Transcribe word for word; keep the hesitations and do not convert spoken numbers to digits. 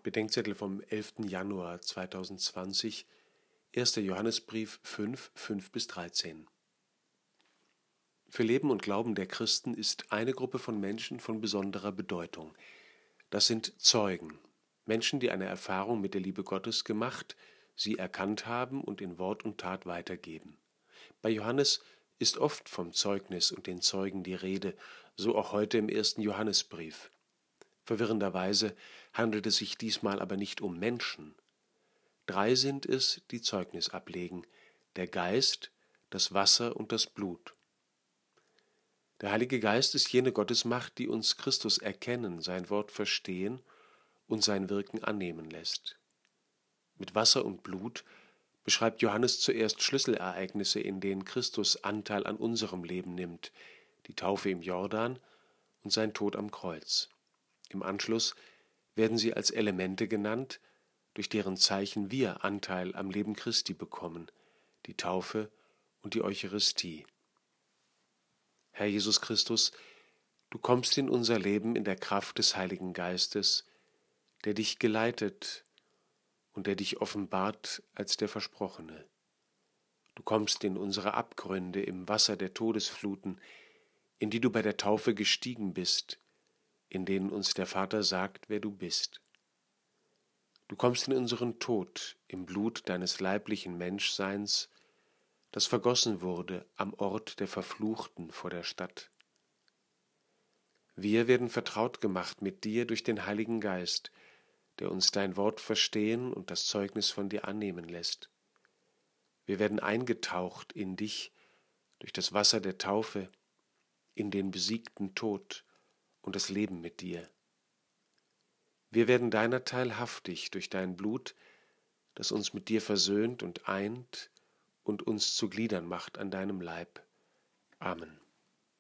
Bedenkzettel vom elften Januar zweitausendzwanzig, erster Johannesbrief fünf, fünf bis dreizehn. Für Leben und Glauben der Christen ist eine Gruppe von Menschen von besonderer Bedeutung. Das sind Zeugen, Menschen, die eine Erfahrung mit der Liebe Gottes gemacht, sie erkannt haben und in Wort und Tat weitergeben. Bei Johannes ist oft vom Zeugnis und den Zeugen die Rede, so auch heute im ersten Johannesbrief. Verwirrenderweise handelt es sich diesmal aber nicht um Menschen. Drei sind es, die Zeugnis ablegen: der Geist, das Wasser und das Blut. Der Heilige Geist ist jene Gottesmacht, die uns Christus erkennen, sein Wort verstehen und sein Wirken annehmen lässt. Mit Wasser und Blut beschreibt Johannes zuerst Schlüsselereignisse, in denen Christus Anteil an unserem Leben nimmt: die Taufe im Jordan und sein Tod am Kreuz. Im Anschluss werden sie als Elemente genannt, durch deren Zeichen wir Anteil am Leben Christi bekommen: die Taufe und die Eucharistie. Herr Jesus Christus, du kommst in unser Leben in der Kraft des Heiligen Geistes, der dich geleitet und der dich offenbart als der Versprochene. Du kommst in unsere Abgründe im Wasser der Todesfluten, in die du bei der Taufe gestiegen bist, in denen uns der Vater sagt, wer du bist. Du kommst in unseren Tod im Blut deines leiblichen Menschseins, das vergossen wurde am Ort der Verfluchten vor der Stadt. Wir werden vertraut gemacht mit dir durch den Heiligen Geist, der uns dein Wort verstehen und das Zeugnis von dir annehmen lässt. Wir werden eingetaucht in dich durch das Wasser der Taufe, in den besiegten Tod und das Leben mit dir. Wir werden deiner teilhaftig durch dein Blut, das uns mit dir versöhnt und eint und uns zu Gliedern macht an deinem Leib. Amen.